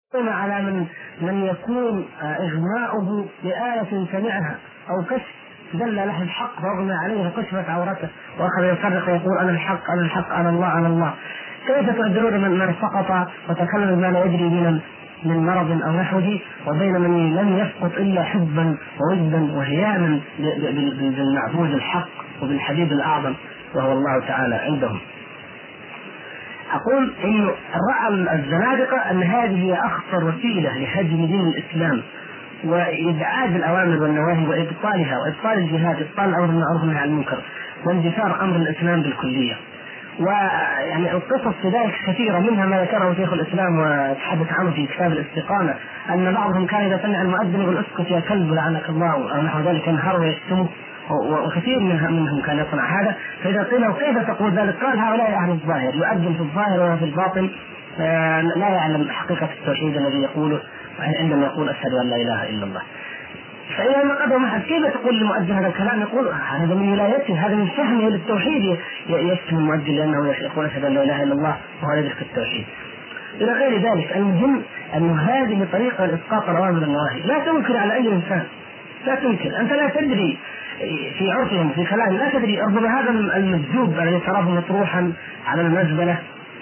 على من يكون إغماؤه لآية سمعها أو كشف دل له الحق فأغمى عليه فكشفت عورته وأخذ يفرق ويقول أنا الحق أنا الحق أنا الله أنا الله. كيف تقدرون من سقط وتكلم ما لا يدري من مرض أو نحوه وبين من لم يسقط إلا حبا ووجدا وهيانا بالمعبود الحق وبالحبيب الأعظم وهو الله تعالى عندهم؟ أقول إنه رأى الزنادقة أن هذه هي أخطر وسيلة لهدم دين الإسلام وإبعاد الأوامر والنواهي وإبطالها وإبطال الجهاد، إبطال الأمر بالمعروف والنهي عن المنكر واندثار أمر الإسلام بالكلية. ويعني القصص في ذلك كثيرة، منها ما ذكره شيخ الإسلام وتحدث عنه في كتاب الاستقامة أن بعضهم كان إذا سمع المؤذن يقول اسكت يا كلب لعنك الله أو نحو ذلك ينهر ويشتمه، وكثير منهم كان يصنع هذا. فإذا قيل له كيف تقول ذلك قال هؤلاء أهل الظاهر، يؤذن في الظاهر وفي الباطن لا يعلم حقيقة التوحيد الذي يقوله عندما يقول أشهد أن لا إله إلا الله. فإذا ما قدم أحد كيف تقول لمؤذن هذا الكلام؟ يقول هذا من ولايته، هذا من فهمه للتوحيد يشتم المؤذن لأنه يقول أشهد أن لا إله إلا الله وهو يدرك التوحيد إلى غير ذلك. المهم أن هذه طريقة لإسقاط الأوامر والنواهي لا تنكر على أي إنسان، لا تنكر. أنت لا تدري في عرفهم في كلام، لا تدري ربما هذا المجذوب الذي تراه مطروحا على المزبلة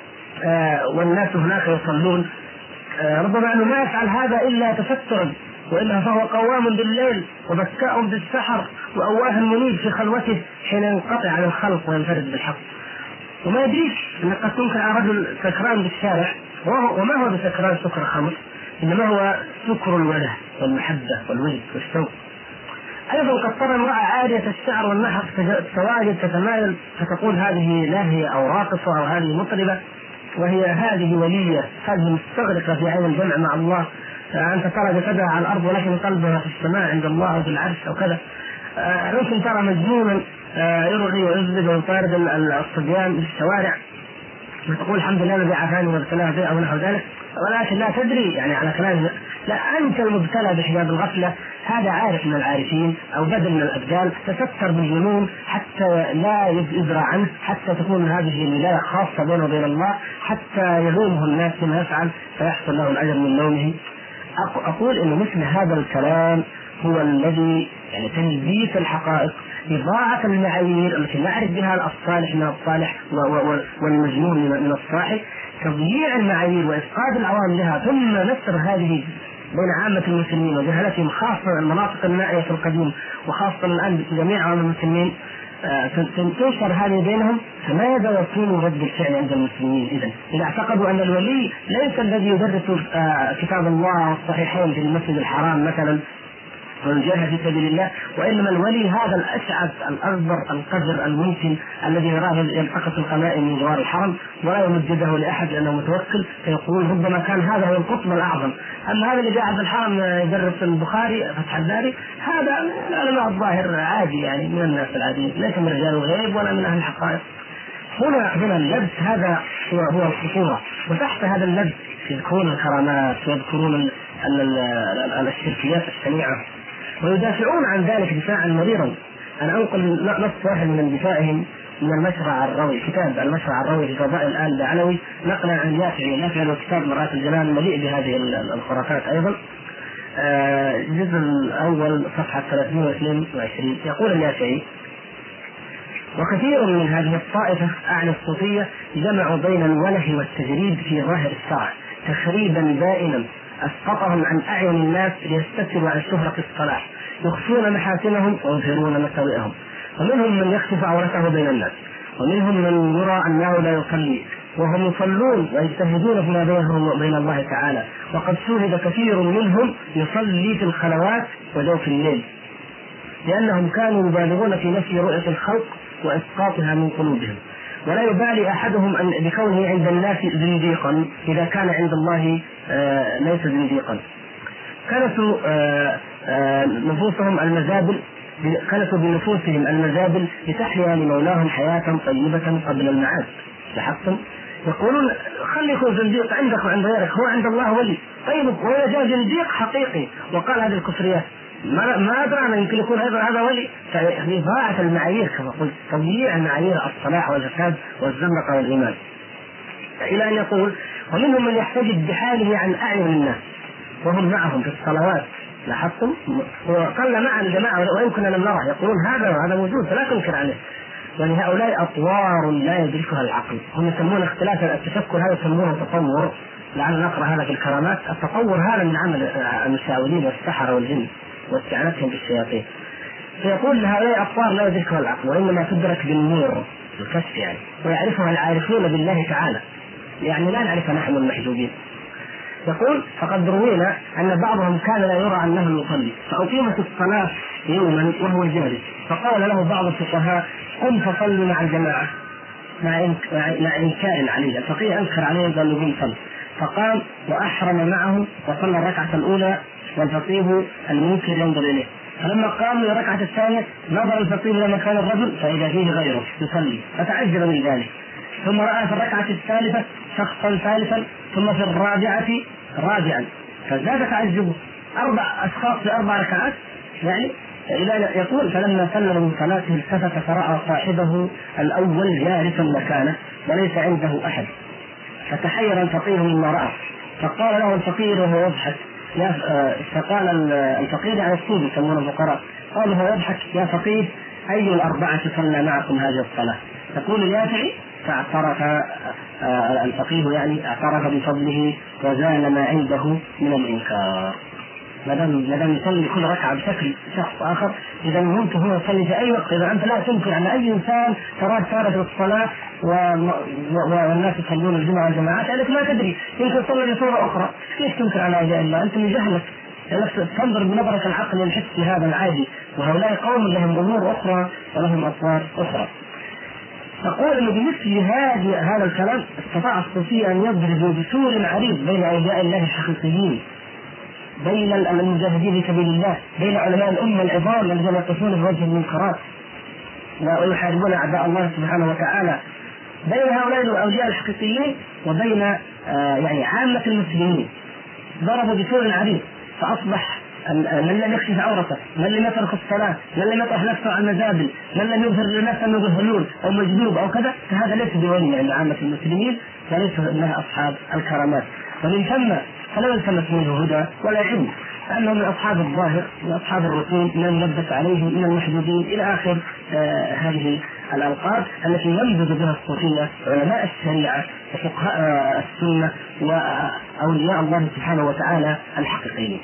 والناس هناك يصلون ربما أنه ما يفعل هذا إلا تسترا، وإلا فهو قوام بالليل وبكاء بالسحر وأواه منيب في خلوته حين ينقطع عن الخلق وينفرد بالحق. وما يدريش أن قد تنكر على رجل سكران بالشارع وما هو بسكران سكر خمر، إنما هو سكر الوله والمحبة والود والشوق. أيضا قد ترى امرأة عارية الشعر والنحر تتواجد تتمايل فتقول هذه لاهية أو راقصة أو هذه مطربة، وهي هذه ولية، هذه مستغرقة في عين الجمع مع الله. أنت ترى جسدها على الأرض ولكن قلبها في السماء عند الله أو في العرش أو كذا. ممكن ترى مجنونا يرغي ويزلق ويطارد الصبيان في الشوارع وتقول الحمد لله الذي عافاني وابتلاه به أو نحو ذلك، ولكن لا تدري يعني على كلام لا أنت المبتلى بحجاب الغفلة. هذا عارف من العارفين أو بدل من الأبدال تستر بالجنون حتى لا يدرى عنه، حتى تكون هذه الولاية خاصة بينه وبين الله، حتى يلومه الناس بما يفعل فيحصل له الأجر من لومه. أقول إن مثل هذا الكلام هو الذي يعني تلبيس الحقائق، إضاعة المعايير التي نعرف بها الصالح من الصالح والمجنون من الصاحب، تضييع المعايير وإسقاط العوام لها، ثم نشر هذه بين عامة المسلمين وجهلتهم، خاصة المناطق النائية في القديم وخاصة الآن جميع عوام المسلمين تنشر هذه بينهم. فماذا يكون رد الفعل عند المسلمين إذا اعتقدوا أن الولي ليس الذي يدرس كتاب الله والصحيحين في المسجد الحرام مثلا والجهاد في سبيل الله، وإنما الولي هذا الأشعث الأكبر القذر الممكن الذي يراه يلتقط القنائم من جوار الحرم ولا يمجده لأحد لأنه متوكل، فيقول ربما كان هذا هو القطب الأعظم. أما هذا اللي قاعد في الحرم يدرس البخاري فتح الباري هذا العلماء الظاهر عادي يعني من الناس العاديين، ليس من رجال الغيب ولا من أهل الحقائق. هنا اللبس هذا هو الخطورة، وتحت هذا اللبس يذكرون الكرامات ويذكرون الشركيات الشنيعة ويدافعون عن ذلك دفاعا مريرا. أنا أنقل نص واحد من دفاعهم من المشرع الروي، كتاب المشرع الروي في فضائل آل علوي، نقلا عن اليافعي له كتاب مرات الجنان مليء بهذه الخرافات أيضا. الجزء الأول صفحة 322 يقول اليافعي: وكثير من هذه الطائفة أعلى الصوفية جمعوا بين الوله والتجريد في ظاهر الشرع تخريبا بائنا أسقطهم عن أعين الناس ليستتروا عن شهرة الصلاح، يخفون محاسنهم ويظهرون مساوئهم. ومنهم من يكشف عورته بين الناس، ومنهم من يرى أنه لا يصلي وهم يصلون ويجتهدون فيما بينهم وبين الله تعالى، وقد شوهد كثير منهم يصلي في الخلوات وجوف الليل، لأنهم كانوا يبالغون في نفي رؤية الخلق وإسقاطها من قلوبهم، ولا يبالي أحدهم أن بكونه عند الناس زنديقا إذا كان عند الله ليس زنديقا. كانت بنفوسهم المزابل لتحيا لمولاهم حياة طيبة قبل المعاد. لاحظتم؟ يقولون خلي يكون زنديق عندك وعند غيرك، هو عند الله ولي. طيب وإذا جاء زنديق حقيقي وقال هذه الكفريات ما أدرى يمكن يكون أيضا هذا ولي. فإضاعة المعايير كما قلت، تضييع معايير الصلاح والفساد والزندقة والإيمان، إلى أن يقول: ومنهم من يحتجب بحاله عن أعين الناس وهم معهم في الصلوات. لاحظتم؟ وقل مع الجماعة ويمكن أن نرى يقولون هذا موجود فلا تنكر عليه. يعني هؤلاء أطوار لا يدركها العقل. هم يسمون اختلاف التشكل هذا يسمونه تطور. لعل نقرأ هذا في الكرامات. التطور هذا من عمل المشاولين والسحرة والجن واستعانتهم بالشياطين. فيقول هؤلاء أطوار لا يدركها العقل وإنما تدرك بالنور الكشف يعني، ويعرفها العارفون بالله تعالى، يعني لا نعرف نحن المحجوبين. يقول فقد روينا أن بعضهم كان لا يرى أنه يصلي، فأقيمت الصلاة يوما وهو جالس، فقال له بعض الفقهاء قم فصل مع الجماعة مع إنكار عليه. الفقيه أنكر عليه قال له قم صل، فقام وأحرم معه وصلى الركعة الأولى والفقيه المنكر ينظر إليه. فلما قام للركعة الثانية نظر الفقيه إلى مكان الرجل فإذا فيه غيره يصلي فتعجب من ذلك. ثم رأى في الركعة الثالثة شخصا ثالثا، ثم في الرابعة رابعا، فزاد تعجبه. 4 أشخاص في 4 ركعات يعني. يقول فلما سلم من صلاته التفت فرأى صاحبه الأول جالسا مكانه وليس عنده أحد، فتحير الفقيه مما رأى، فقال له الفقير وهو يضحك فقال الفقير على السود يسمونه الفقراء، قال وهو يضحك يا فقيه أي الأربعة صلى معكم هذه الصلاة؟ تقول اليافعي فاعترف الفقيه يعني اعترف بفضله وزال ما عنده من الإنكار. ما دام يصلي كل ركعة بشكل شخص آخر إذا ممكن هو يصلي في أي وقت. إذا أنت لا تنكر على أي إنسان تراه صار في الصلاة والناس يصلون الجمعة والجماعات لأنك ما تدري يمكن يصلي بصورة أخرى، كيف تنكر على أعداء الله؟ أنت من جهلك تنظر بنظرة العقل والحس هذا العادي، وهؤلاء قوم لهم أمور أخرى ولهم أطوار أخرى. تقول أنه بمثل هذا الكلام استطاع الصوفية أن يضربوا بسور عريض بين أعداء الله الحقيقيين، بين المجاهدين في سبيل الله، بين علماء الأمة العظام الذين يقفون بوجه المنكرات ويحاربون أعداء الله سبحانه وتعالى، بين هؤلاء الأولياء الحقيقيين وبين يعني عامة المسلمين. ضربوا بسور عريض فأصبح من لم يكشف عورته، من لم يترك الصلاة، من لم يطرح نفسه على المزابل، من لم يظهر لنفسه أنه ذهلول أو مجذوب أو كذا، فهذا ليس بولي عند عامة المسلمين وليس لها أصحاب الكرامات. ومن ثم فلا يلتمس منه هدى ولا علم، لأنه من أصحاب الظاهر، من أصحاب الرسوم، من الملبس عليه، من المحدودين إلى آخر هذه الألقاب التي يمزج بها الصوفية علماء الشريعة وفقهاء السنة وأولياء الله سبحانه وتعالى الحقيقيين.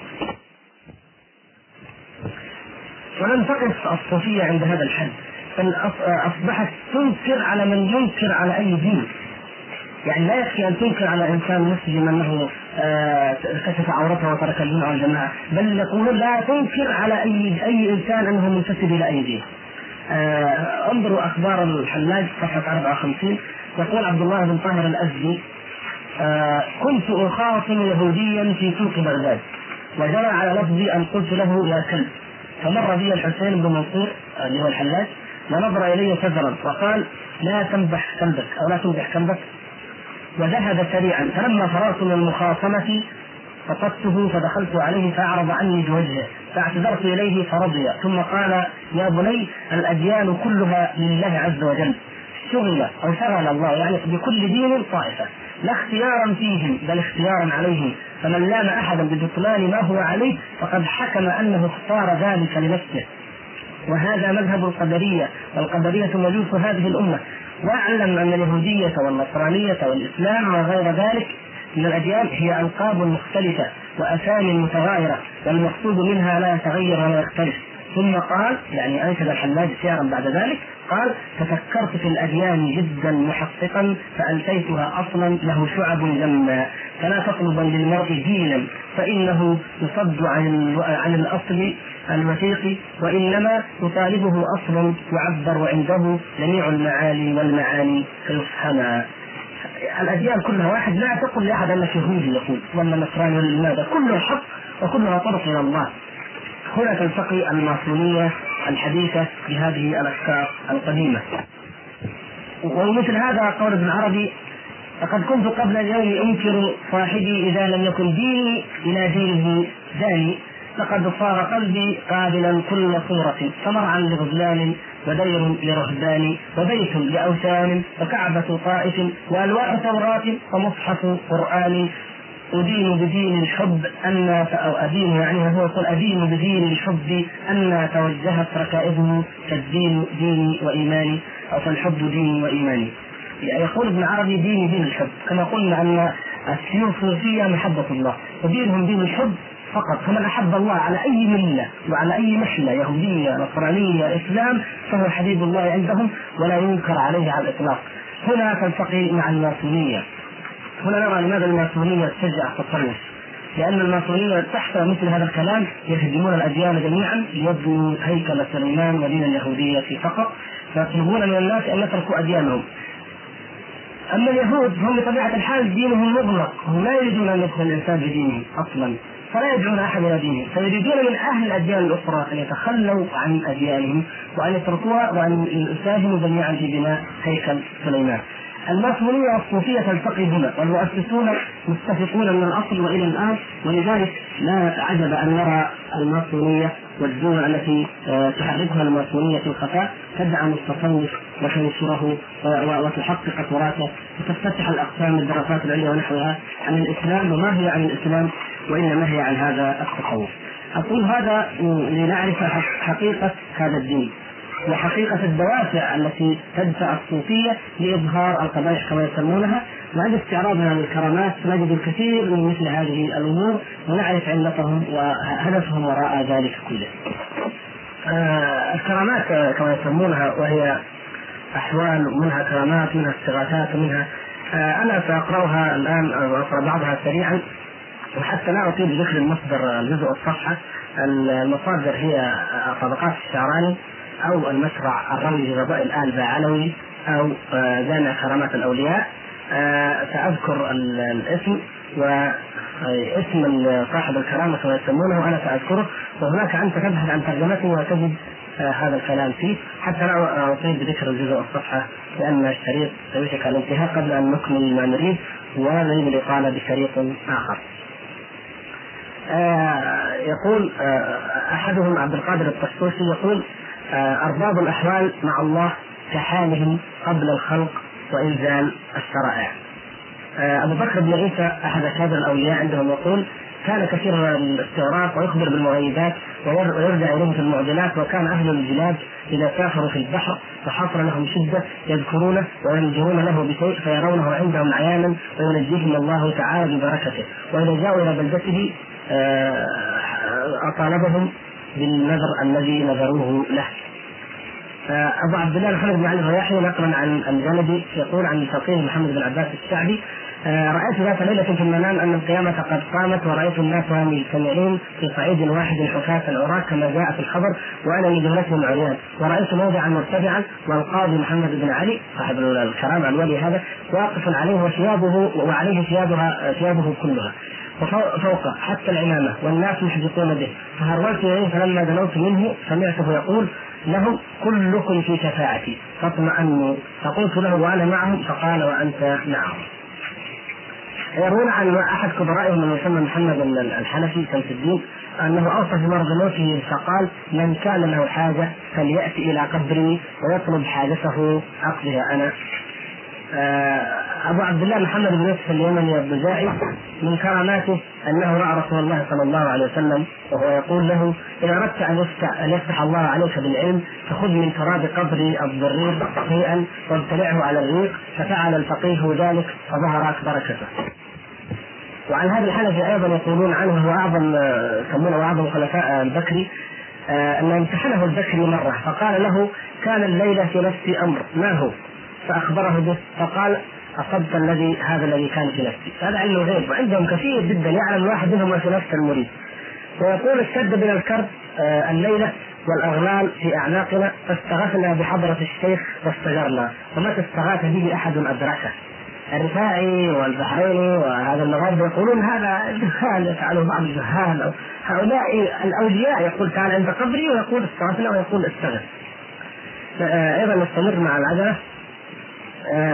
ولم تقف الصوفية عند هذا الحد، بل أصبحت تنكر على من ينكر على أي دين. يعني لا يكفي أن تنكر على إنسان مسلم أنه كشف عورته وترك الجمعة والجماعة، بل يقولون لا تنكر على أي إنسان أنه منتسب إلى أي دين. انظروا أخبار الحلاج صفحة 54. يقول عبد الله بن طاهر الأزدي كنت أخاصم يهوديا في سوق بغداد وجرى على لفظي أن قلت له يا كلب، فمر بي الحسين بن منصور اللي هو الحلاج ونظر إلي سذرا وقال لا تنبح كلبك أو لا تنبح كلبك، وذهب سريعا. فلما فرغت من المخاصمة فقدته فدخلت عليه فأعرض عني بوجهه فاعتذرت إليه فرضي، ثم قال يا بني الأديان كلها لله عز وجل، شغل الله يعني بكل دين طائفة لا اختيارا فيهم بل اختيارا عليهم، فمن لام أحدا ببطلان ما هو عليه فقد حكم أنه اختار ذلك لنفسه، وهذا مذهب القدرية، والقدرية مجوس هذه الأمة. واعلم أن اليهودية والنصرانية والإسلام وغير ذلك من الأديان هي ألقاب مختلفة وأسامي متغايرة، والمقصود منها لا يتغير ولا يختلف. ثم قال يعني أنشد الحلاج شعرا بعد ذلك قال تفكرت في الأديان جدا محققا فألتيتها أصلا له شعب جمّا، فلا تطلبا للمرء دينا فإنه يصد عن الأصل الوثيق، وإنما يطالبه أصل يعبر وعنده جميع المعالي والمعاني فيفهمها. الأديان كلها واحد، لا تقل لأحد أنك يهودي يقول ولا نصراني ولا لماذا، كلها حق وكلها طرق إلى الله. هنا تلتقي الماسونية الحديثة بهذه الأفكار القديمة. ومثل هذا قول ابن عربي لقد كنت قبل اليوم أنكر صاحبي إذا لم يكن ديني إلى دينه داني، لقد صار قلبي قابلا كل صورة، فمرعا لغزلان ودير لرهبان وبيت لأوثان وكعبة طائف وألواح توراة ومصحف قرآن. أدين بدين الحب أو أدين يعني هو يقول أدين بدين الحب أن توجهت ركائزه فالدين ديني وإيماني أو فالحب ديني وإيماني. يقول ابن عربي ديني دين الحب، كما قلنا أن السيوطية محبة الله ودينهم دين الحب فقط. فمن أحب الله على أي ملة وعلى أي محلة يهودية نصرانية إسلام فهو حبيب الله عندهم ولا ينكر عليه على الإطلاق. هنا تلتقي مع الماسونية. هنا نرى لماذا الماسونية تشجع التطرف، لأن الماسونية تحت مثل هذا الكلام يهدمون الأديان جميعا ليبنوا هيكل سليمان ودين اليهودية فقط، فيطلبون من الناس أن يتركوا أديانهم. أما اليهود هم بطبيعة الحال دينهم مغلق، هم لا يريدون أن يدخل الإنسان بدينه أصلا، فلا يدعون أحد إلى دينه، فيريدون من أهل الأديان الأخرى أن يتخلوا عن أديانهم وأن يتركوها وأن يساهموا جميعا في بناء هيكل سليمان. الماسونية والصوفية تلتقي هنا، والمؤسسون متفقون من الأصل وإلى الآن، ولذلك لا عجب أن نرى الماسونية والدول التي تحركها الماسونية في الخفاء تدعم التصوف وتنشره وتحقق تراثه وتفتتح الأقسام الدراسات العليا ونحوها عن الإسلام، وما هي عن الإسلام وإنما هي عن هذا التصوف. أقول هذا لنعرف حقيقة هذا الدين وحقيقة الدوافع التي تدفع الصوفية لإظهار القبائح كما يسمونها. وعند استعراضنا للكرامات نجد الكثير من مثل هذه الأمور ونعرف علتهم وهدفهم وراء ذلك كله. الكرامات كما يسمونها وهي أحوال، منها كرامات منها استغاثات منها، أنا سأقرأها الآن وأقرأ بعضها سريعا وحتى لا أطيل بذكر المصدر الجزء والصفحة. المصادر هي طبقات الشعراني أو المشرع الروي لرضاء الآل باعلوي أو جامع كرامات الأولياء. سأذكر الاسم واسم صاحب الكرامة كما يسمونه وأنا سأذكره، وهناك أنت تبحث عن ترجمته وتجد هذا الكلام فيه، حتى لا أطيل بذكر الجزء والصفحة لأن الشريط سيوشك على الانتهاء قبل أن نكمل ما نريد ونريد الإطالة بشريط آخر. يقول أحدهم عبد القادر الطشطوشي يقول أرباب الأحوال مع الله كحالهم قبل الخلق وإنزال الشرائع. أبو بكر بن عيسى أحد أكابر الأولياء عندهم يقول كان كثير الاستغراق ويخبر بالمغيبات ويرجع إليه في المعضلات، وكان أهل البلاد إذا سافروا في البحر وحصل لهم شدة يذكرونه وينجرون له بشيء فيرونه عندهم عيانا وينجيهم الله تعالى ببركته، وإذا جاءوا إلى بلدته أطالبهم بالنذر الذي نذروه له. أبو عبد الله محمد بن علي الرياحي نقلا عن الجندي يقول عن الفقيه محمد بن عباس الشعبي رأيت ذات ليلة في المنام أن القيامة قد قامت ورأيت الناس مجتمعين في صعيد واحد حفاة عراة كما جاء في الخبر وأنا من جملتهم عريان، ورأيت موضعا مرتفعا والقاضي محمد بن علي صاحب الكرامة الولي هذا واقف عليه وثيابه وعليه ثيابه كلها وفوقه حتى العمامة والناس محدثون به، فهرولت إليه فلما دنوت منه سمعته يقول له كلكم في شفاعتي فاطمئنوا، فقلت له وأنا معهم فقال وأنت معهم. يروون عن أحد كبرائهم من يسمى محمد الحنفي شمس الدين أنه أوصى في مرض موته فقال من كان له حاجة فليأتي إلى قبري ويطلب حاجته أقضيها أنا. أبو عبد الله محمد بن يوسف اليمني البجائي من كراماته أنه رأى رسول الله صلى الله عليه وسلم وهو يقول له إن أردت أن يفتح الله عليك بالعلم فخذ من تراب قبري الضرير شيئا وابتلعه على الريق، ففعل الفقيه ذلك فظهرت بركته. وعن هذا الحنفي أيضا يقولون عنه هو سمونه أعظم خلفاء البكري أن امتحنه البكري مرة فقال له كان الليلة في نفسي أمر ما هو، فأخبره به فقال أصبت هذا الذي كان في نفسي. هذا علم الغيب وعندهم كثير جدا يعلم الواحد منهم ما في نفس المريد. ويقول اشتد بنا الكرب الليلة والأغلال في أعناقنا فاستغثنا بحضرة الشيخ واستجرنا، ومتى استغاث به أحد أدركه. الرفاعي والبحريني وهذا المغاربة يقولون هذا جهال يفعله بعض الجهال، هؤلاء الأولياء يقول تعال عند قبري ويقول استغثنا ويقول استغث. أيضا نستمر مع العجلة.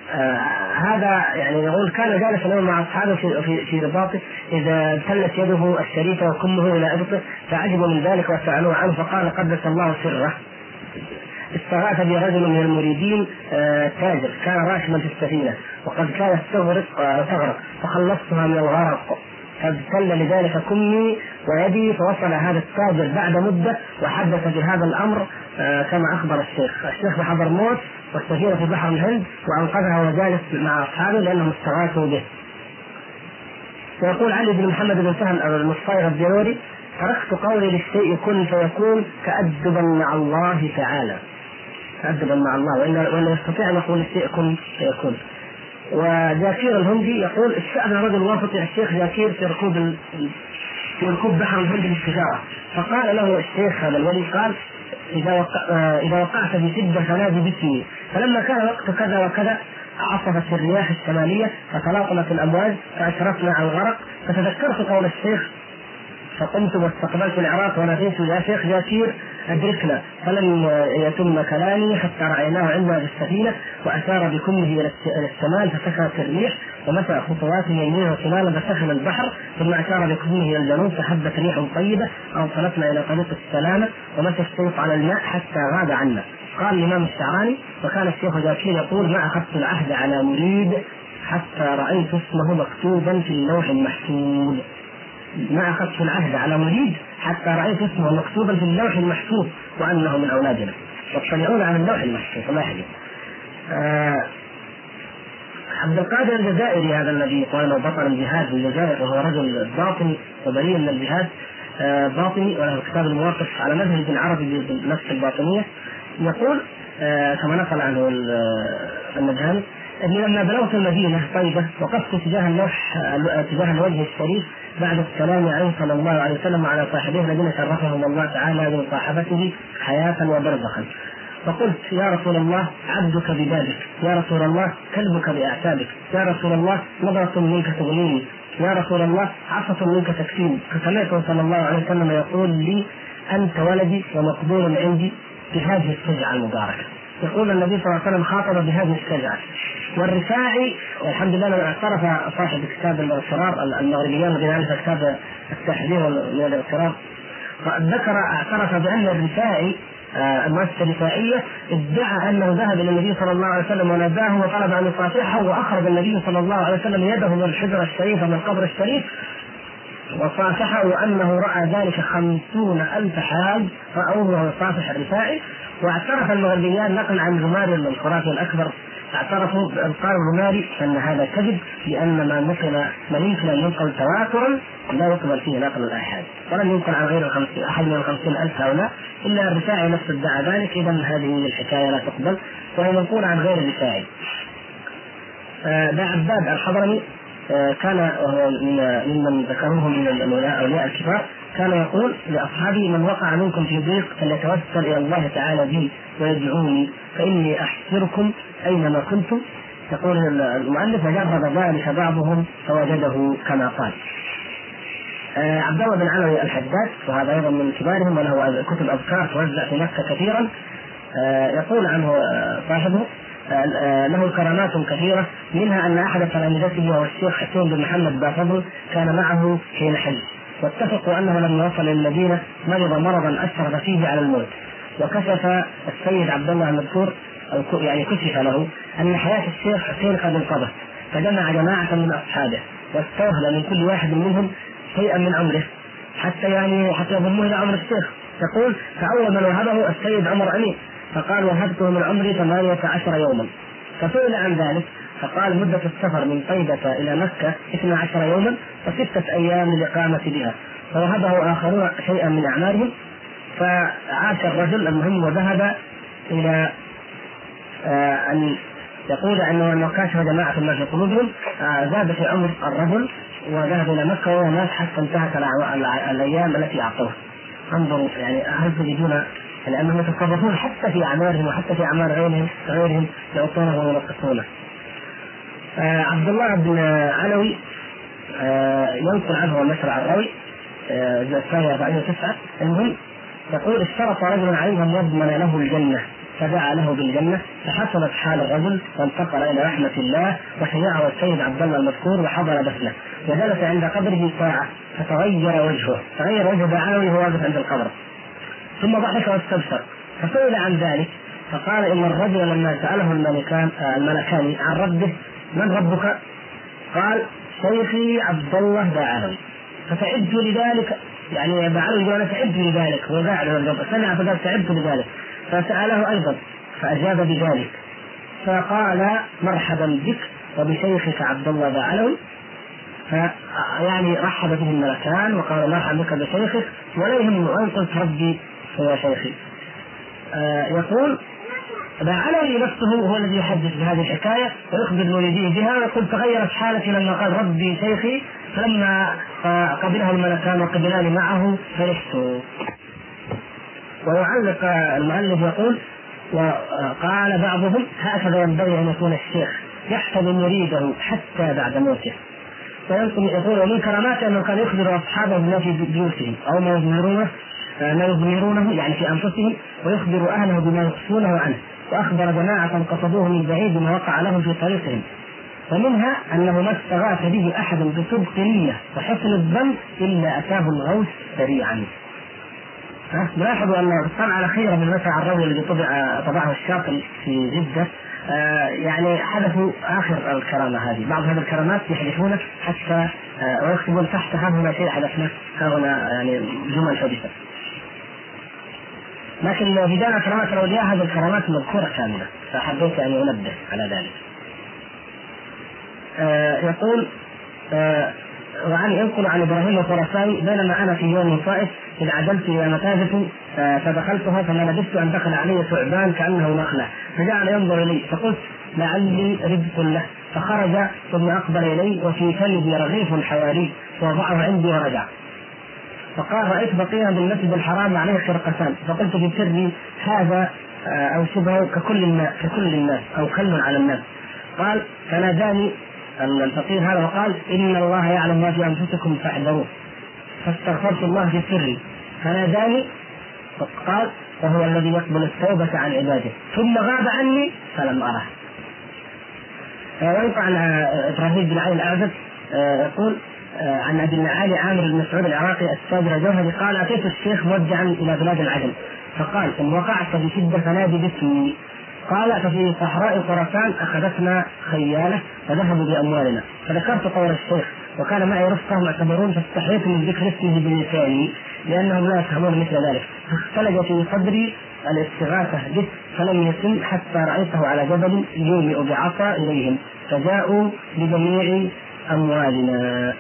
هذا يعني يقول كان جالسا يوم مع اصحابه في رباطه اذا ابتلت يده الشريفه وكمه الى ابطه فعجبوا من ذلك وسالوه عنه فقال قدس الله سره استغاث برجل من المريدين تاجر كان راشما في السفينه وقد كانت تغرق فخلصتها من الغرق فابتل لذلك كمي ويدي فوصل هذا التاجر بعد مده وحدث بهذا الامر كما اخبر الشيخ بحضر موت والسفينه في بحر الهند وانقذها وجالس مع اصحابه لانهم استغاثوا به. ويقول علي بن محمد بن سهل المصطفى الدينوري تركت قولي للشيء كن فيكون تأدبا مع الله تعالى، تأدبا مع الله وإلا يستطيع أن يقول الشيء كن فيكون. وجاكير الهندي يقول استأذن رجل وافق الشيخ جاكير في ركوب بحر الهند للتجارة فقال له الشيخ هذا الولي قال إذا وقعت بشدة فنادي باسمي فلما كان وقت كذا وكذا عصفت الرياح الشمالية فتلاطمت الأمواج فأشرفنا على الغرق فتذكرت قول الشيخ فقمت واستقبلت العراق وناديت يا شيخ جاكير أدركنا فلم يتم كلامي حتى رأيناه عندنا في السفينة وأشار بكمه إلى الشمال فسكنت الريح ومسى خطواته يمينا وشمالا فسخن البحر ثم أشار بكمه إلى الجنوب فحبت ريح طيبة أوصلتنا إلى طريق السلامة ومشى السيف على الماء حتى غاب عنا. قال الإمام الشعراني وكان الشيخ جاكير يقول ما أخذت العهد على مريد حتى رأيت اسمه مكتوبا في اللوح المحفوظ. ما أخذت العهد على مريد حتى رأيت اسمه مكتوبا في اللوح المحفوظ وأنه من أولادنا يطلعون على اللوح المحفوظ. الله يحفظه. عبد القادر الجزائري هذا الذي قال بطل الجهاد في الجزائر وهو رجل باطني وبريء من الجهاد باطني وله كتاب المواقف على مذهب العربي بنفس الباطنية يقول كما نقل عنه النبهاني أني لما بلغت المدينة طيبة وقفت تجاه الوجه الشريف بعد السلام عليه صلى الله عليه وسلم وعلى صاحبه الذين شرفهم الله تعالى بمصاحبته حياة وبرزخا فقلت يا رسول الله عبدك ببابك، يا رسول الله كلبك بأعتابك، يا رسول الله نظرة منك تغنيني، يا رسول الله عصة منك تكفيني. فسمعته صلى الله عليه وسلم يقول لي أنت ولدي ومقبول عندي بهذه الشجعة المباركة. يقول النبي صلى الله عليه وسلم خاطب بهذه الشجعة. والرفاعي والحمد لله اعترف صاحب كتاب الاغترار المغربيان الذي يعرف كتاب التحذير من الاغترار اعترف بأن الرفاعي المؤسسة الرفاعية ادعى أنه ذهب إلى النبي صلى الله عليه وسلم وناداه وطلب أن يصافحه وأخرج النبي صلى الله عليه وسلم يده من الحجرة الشريفة من القبر الشريف وصافحه وأنه رأى ذلك 50,000 حاج رأوه وهو يصافح الرفاعي. واعترف المغربيان نقل عن زماري الخرافي الأكبر اعترفوا قال الغماري أن هذا كذب لأن ما يمكن أن ينقل تواترا لا يقبل فيه نقل الآحاد ولم ينقل عن غير أحد من 50,000 هؤلاء إلا الرفاعي نفسه ادعى ذلك. إذا هذه الحكاية لا تقبل وهي منقولة عن غير الرفاعي. ده عباد الحضرمي كان ممن ذكروه من الأولياء الكبار كان يقول لأصحابه من وقع منكم في ضيق فليتوسل إلى الله تعالى بي ويدعوني فإني أحسركم أينما كنتم. يقول المؤلف وجرب ذلك بعضهم فوجده كما قال. عبد الله بن علوي الحداد وهذا أيضا من كبارهم وله كتب أذكار توزع في مكة كثيرا يقول عنه صاحبه له كرامات كثيرة منها أن أحد تلامذته وهو الشيخ حسين بن محمد بافضل كان معه حين حج واتفقوا أنه لما وصل المدينة مرض مرضا أشرف فيه على الموت وكشف السيد عبد الله المذكور يعني كشف له أن حياة الشيخ حسين قد انقضت فجمع جماعة من أصحابه واستوهب من كل واحد منهم شيئا من عمره حتى يضمه إلى عمر الشيخ. يقول فأول من وهبه السيد عمر أمين فقال وهبته من عمري 18 يوما. فسئل عن ذلك فقال مدة السفر من طيبة إلى مكة 12 يوما و6 أيام للإقامة بها. فوهبه آخرون شيئا من أعمارهم فعاش الرجل المهم وذهب إلى أن يقول أنه كاشف جماعة ما في قلوبهم زاد في عمر الرجل وذهب إلى مكة وهو مات حتى انتهت الأيام التي أعطوه. انظروا يعني هل تجدون لأنهم يتصرفون حتى في أعمارهم وحتى في أعمار غيرهم يعطونه وينقصونه. عبد الله بن علوي ينقل عنه النشر العراوي الثاني 49. المهم يقول اشترط رجل عليه أن يضمن له الجنة فدعا له بالجنة فحصلت حال الرجل وانتقل إلى رحمة الله وشيعه السيد عبد الله المذكور وحضر دفنه وجلس عند قبره ساعة فتغير وجهه دعاني وهو واقف عند القبر ثم ضحك واستبشر فسئل عن ذلك فقال إن الرجل لما سأله الملكان عن ربه من ربك؟ قال شيخي عبد الله داعلوي فتعبت لذلك، يعني داعلوي أنا تعبت لذلك وداعلوي سمع فقال تعبت لذلك فسأله أيضا فأجاب بذلك فقال مرحبا بك وبشيخك عبد الله داعلوي، فيعني رحب به الملكان وقال مرحبا بك بشيخك ولا يهمني وإن قلت ربي هو شيخي. يقول داعلوي نفسه هو الذي يحدث بهذه الحكاية ويخبر الوليدين بها ويقول تغيرت حالتي لما قال ربي شيخي فلما قبله الملكان وقبلاني معه فرحت. ويعلق المؤلف يقول وقال بعضهم هكذا ينبغي أن يكون الشيخ يحفظ مريده حتى بعد موته. ويقول ومن كراماته أنه كان يخبر أصحابه بما في بيوتهم أو ما يضمرونه يعني في أنفسهم ويخبر أهله بما يخفونه عنه. وأخبر جماعة قصدوه من بعيد ما وقع لهم في طريقهم ومنها أنه ما استغاث به أحد بصدق نية وحسن الظن إلا أتاه الغوث سريعا. لاحظوا أن الطبعة الأخيرة من مسرح الرجل الذي طبعه الشاطئ في جدة يعني حدثوا آخر الكرامة هذه. بعض هذه الكرامات يحدثون حتى ويكتبون تحت هنا شيء حدثنا هنا يعني جمل حدثت. لكن بداية كرامات الأولياء هذه الكرامات مذكورة كاملة فحبيت أن أنبه على ذلك. يقول وعن ينقل عن إبراهيم الخراساني بينما أنا في يوم صائف إذ عدلت إلى متاجة فدخلتها فما لبثت أن دخل علي ثعبان كأنه نخلة فجعل ينظر إلي فقلت لعلي رزق له فخرج ثم أقبل إلي وفي فمه رغيف حواري فوضعه عندي ورجع فقال رأيت بقية بالمسجد الحرام عليه خرقتان فقلت في سري هذا أو شبهه ككل الناس أو كل على الناس. قال فناداني الفقير هذا وقال إن الله يعلم ما في أنفسكم فاحذروه فاستغفرت الله في سري فناداني فقال وهو الذي يقبل التوبة عن عباده ثم غاب عني فلم أره. وينقل عن إبراهيم بن علي الأعزب يقول عن أبي المعالي عامر بن مسعود العراقي التاجر الجوهري قال أتيت الشيخ موجعا إلى بلاد العجم فقال إن وقعت بشدة فنادي باسمي. قال ففي صحراء خراسان أخذتنا خيالة فذهبوا بأموالنا فذكرت قول الشيخ وكان معي رفقة معتبرون فاستحييت من ذكر اسمه بلساني لأنهم لا يفهمون مثل ذلك فاختلج في صدري الاستغاثة به فلم يتم حتى رأيته على جبل يومئ بعصا إليهم فجاءوا بجميع أموالنا.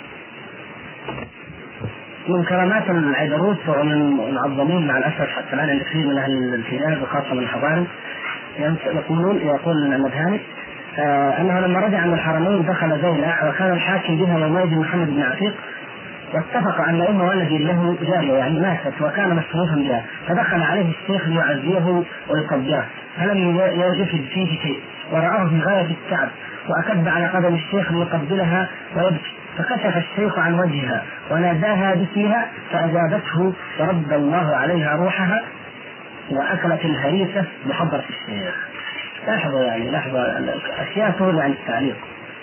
من كرامات العيدروس ومن المعظمين مع الأسف حتى الآن عند كثير من أهل الحجاز وخاصة من الحضارم يقول المدهاني أنه لما رجع من الحرمين دخل زيلع وكان الحاكم بها يومئذ محمد بن عتيق واتفق أن أمه ولدي له جارية يعني ماتت وكان مصروفا بها فدخل عليه الشيخ ليعزيه ويقبله فلم يجد فيه شيء ورآه في غاية التعب وأكب على قدم الشيخ ليقبلها ويبكي فكشف الشيخ عن وجهها وناداها باسمها فأجابته ورد الله عليها روحها وأكلت الهريسة بحضرة الشيخ. لاحظوا أشياء تولي عن التعليق.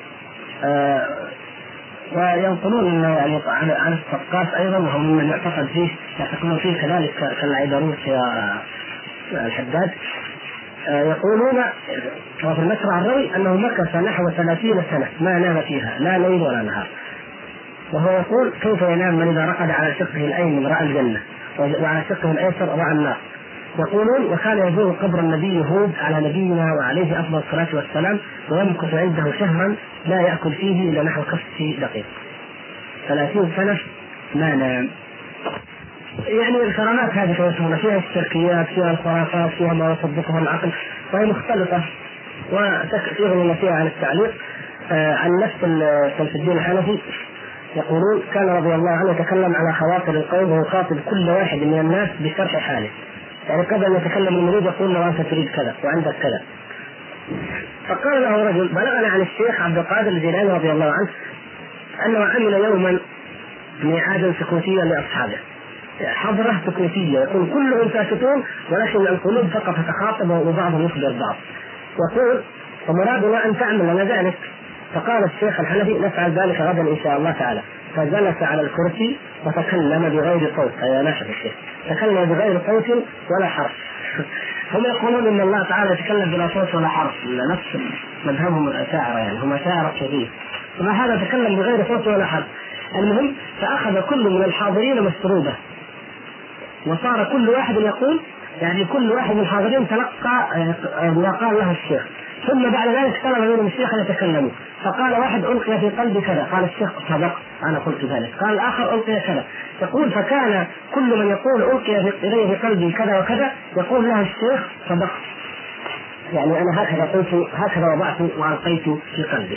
وينقلون يعني عن الثقاف أيضا وهو ممن يعتقد فيه يعتقدون فيه كذلك كالعيدروس يا الحداد. يقولون وفي المسرع الروي أنه مكث نحو 30 سنة ما نام فيها لا ليل ولا نهار وهو يقول كيف ينام من إذا رقد على شقه الأيمن رأى الجنة وعلى شقه الأيسر رأى النار. يقولون وكان يزور قبر النبي هود على نبينا وعليه أفضل الصلاة والسلام ويمكث عنده شهرا لا يأكل فيه إلا نحو كف دقيق 30 سنة ما نام. يعني الكرامات هذه كما فيها الشركيات فيها الخرافات فيها ما يصدقها العقل وهي مختلطة وتكثير من فيها عن التعليق. عن نفس شمس الدين الحنفي يقولون كان رضي الله عنه يتكلم على خواطر القوم ويخاطب كل واحد من الناس بشرح حاله يعني قبل أن يتكلم المريد يقول له أنت تريد كذا وعندك كذا. فقال له رجل بلغنا عن الشيخ عبد القادر الجيلاني رضي الله عنه أنه عمل يوما ميعادا سكوتيا لأصحابه حضرة سكوتية، يكون كلهم ساكتون ولكن القلوب فقط تتخاطب وبعضهم يخبر بعض. يقول ومرادنا أن تعمل لنا ذلك. فقال الشيخ الحنفي نفعل ذلك غدا إن شاء الله تعالى. فجلس على الكرسي وتكلم بغير صوت، أي لاحظ الشيخ تكلم بغير صوت ولا حرف. هم يقولون إن الله تعالى يتكلم بلا صوت ولا حرف، نفس مذهبهم الأشاعرة، يعني هم أشاعرة صوفية. فما هذا تكلم بغير صوت ولا حرف. المهم فأخذ كل من الحاضرين مسروبة، وصار كل واحد يقول، يعني كل واحد من الحاضرين تلقى ما قال له الشيخ. ثم بعد ذلك طلب منهم الشيخ ان يتكلموا، فقال واحد القي في قلبي كذا، قال الشيخ صدق انا قلت ذلك، قال الاخر القي كذا. يقول فكان كل من يقول القي اليه في قلبي كذا وكذا يقول له الشيخ صدق، يعني انا هكذا قلت، هكذا وضعت والقيت في قلبي.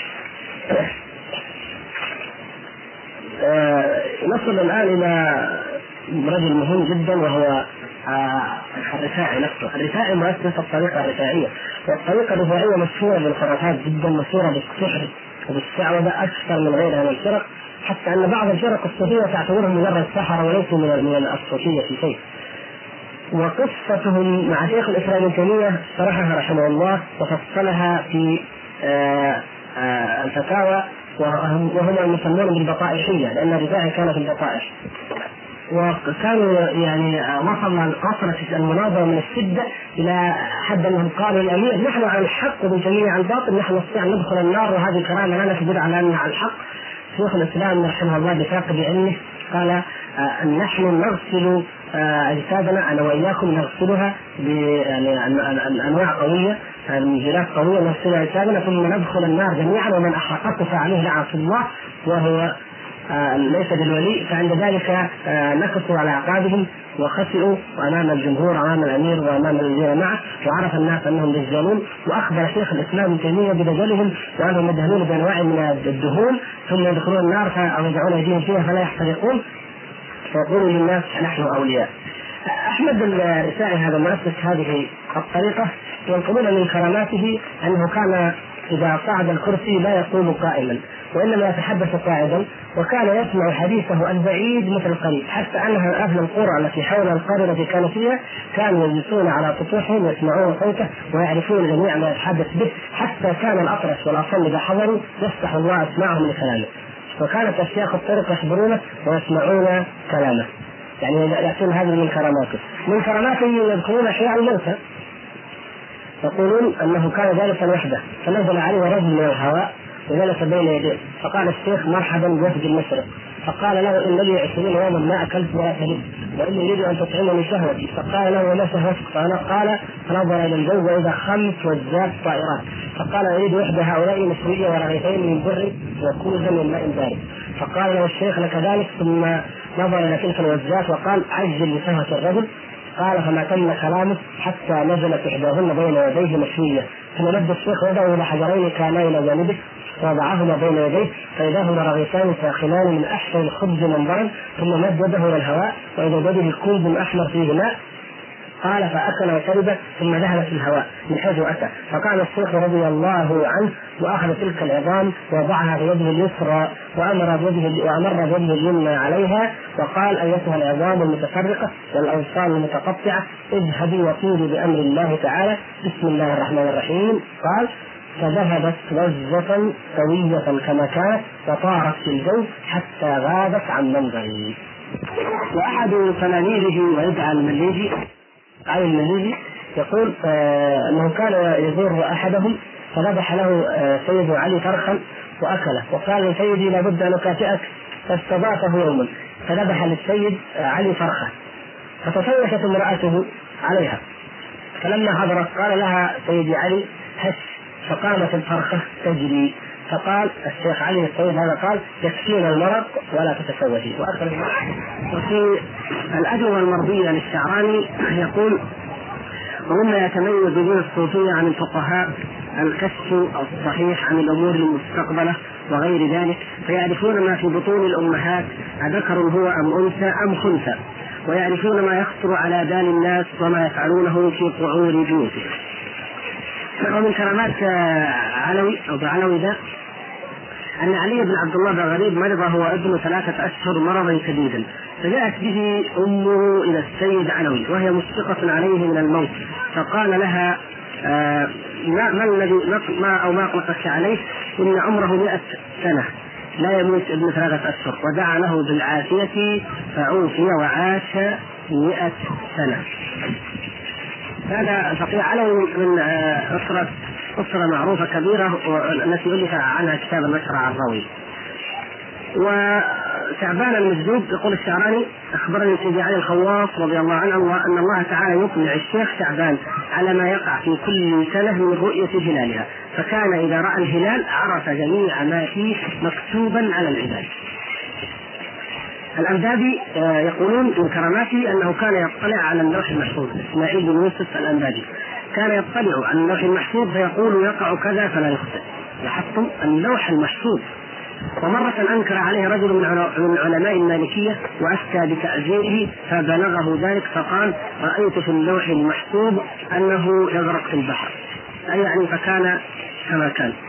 نصل الان الى رجل مهم جدا وهو الرفاعي نفسه. الرفاعي مؤسس الطريقة الرفاعية، والطريقة الرفاعية مشهورة بالخرافات جدا، مشهورة بالسحر وبالشعوذة أكثر من غيرها من الفرق، حتى أن بعض الفرق الصوفية تعتبرهم مجرد سحرة وليسوا من الصوفية في شيء. وقصتهم مع شيخ الإسلام ابن تيمية شرحها رحمه الله وفصلها في الفتاوى، وهم المسمون بالبطائحية لأن الرفاعي كان في البطائح. وكانوا يعني وصلت المناظرة من الشدة إلى حد أنهم قالوا للأمير نحن على الحق وابن تيمية على الباطل، نحن نستطيع أن ندخل النار وهذه كرامة لنا تدل على أننا على الحق. شيخ الإسلام رحمه الله بثاقب علمه قال نحن نغسل أجسادنا أنا وإياكم نغسلها بأنواع قوية، المنزلات قوية، نغسل أجسادنا ثم ندخل النار جميعا ومن أحرقته فعليه لعنة الله وهو ليس بالولي. فعند ذلك نكسوا على أعقابهم وخسئوا أمام الجمهور أمام الأمير وأمام الذين معه، وعرف الناس أنهم دجالون. وأخبر شيخ الإسلام ابن تيمية بدجالهم وأنهم يدهنون بأنواع من الدهون ثم يدخلون النار أو يضعون أيديهم فيها فلا يحترقون، فيقولوا للناس نحن أولياء. أحمد الرفاعي هذا مؤسس هذه الطريقة ينقلون من كراماته أنه كان إذا صعد الكرسي لا يقوم قائما وإنما يتحدث قاعدا، وكان يسمع حديثه البعيد مثل القريب، حتى أنها أهل القرى التي حول القرية التي كانوا فيها كانوا يجلسون على سطوحهم يسمعون صوته ويعرفون جميع ما يتحدث به، حتى كان الأطرش والأصم إذا حضروا يفتح الله أسماعهم لكلامه، وكانت أشياخ الطرق يحضرونه ويسمعون كلامه. يعني يأتون هذه من كراماته. من كراماته يذكرون أحياء الموتى، يقولون أنه كان جالسا وحده فنزل عليه رجل من الهواء وجلس بين يديه، فقال الشيخ مرحبا بوفد المشرق، فقال له إن لي 20 يوما ما أكلت ولا شربت وإني أريد أن تطعمني شهوتي. فقال له وما شهوتك؟ قال فنظر إلى الجو وإذا 5 وزات طائرات، فقال أريد إحدى هؤلاء مشوية ورغيفين من بر وكوزا من ماء بارد. فقال له الشيخ لك ذلك، ثم نظر إلى تلك الوزات وقال عجل لشهوة الرجل. قال فما تم كلامه حتى نزلت إحداهن بين يديه مشوية، ثم مد الشيخ يده إلى حجرين كانا إلى جانبه وضعهما بين يديه فإذا هما رغيفان ساخنان من أحسن الخبز منظرا، ثم مد يده إلى الهواء وإذا بيده كوب أحمر فيه ماء. قال فأكل وشرب ثم ذهب في الهواء من حيث أتى. فقال الشيخ رضي الله عنه وأخذ تلك العظام ووضعها في يده اليسرى وأمر بيده اليمنى عليها وقال أيتها العظام المتفرقة والأوصال المتقطعة اذهبي وطيري بأمر الله تعالى بسم الله الرحمن الرحيم. قال فذهبت وزة سوية كما كانت وطارت في الجو حتى غابت عن منظري. وأحد تلاميذه ويدعى المليجي علي المليجي يقول أنه كان يزور أحدهم فذبح له سيد علي فرخا وأكله، وقال لسيدي لابد أن أكافئك، فاستضافه يوما فذبح للسيد علي فرخة فتشوشت امرأته عليها، فلما حضرت قال لها سيدي علي هش، فقامت الفرخة تجري، فقال الشيخ علي السيد هذا قال يكفينا المرض ولا تتشوشي. وفي الأجوبة المرضية للشعراني يقول ومما يتميز به الصوفية عن الفقهاء الكشف الصحيح عن الأمور المستقبلة وغير ذلك، فيعرفون ما في بطون الأمهات أذكر هو أم أنثى أم خنثى، ويعرفون ما يخطر على بال الناس وما يفعلونه في قعور بيوتهم. ومن كرامات علوي أو بعلوي ذا أن علي بن عبد الله بن غريب مرض هو ابن 3 أشهر مرضا شديدا، فجاءت به أمه إلى السيد علوي وهي مشفقة عليه من الموت، فقال لها ما الذي ما أطلقك عليه؟ إن عمره 100 سنة لا يموت ابن 3 أشهر، ودعا له بالعافية فعوفي وعاش 100 سنة. هذا فقيه علوي من أسرة معروفة كبيرة التي ألف عنها كتاب المشرع الراوي. وشعبان المجذوب يقول الشعراني: أخبرني سيدي علي الخواص رضي الله عنه أن الله تعالى يطلع الشيخ شعبان على ما يقع في كل سنة من رؤية هلالها، فكان إذا رأى الهلال عرف جميع ما فيه مكتوبا على العباد. الأنبابي يقولون من كراماته أنه كان يطلع على اللوح المحفوظ. إسماعيل بن يوسف الأنبابي كان يطلع على اللوح المحفوظ فيقول يقع كذا فلا يخطئ. لاحظتم اللوح المحفوظ. ومرة أنكر عليه رجل من علماء المالكية وأفتى بتأجيره فبلغه ذلك فقال: رأيت في اللوح المحفوظ أنه يغرق في البحر، أي يعني فكان كما كان.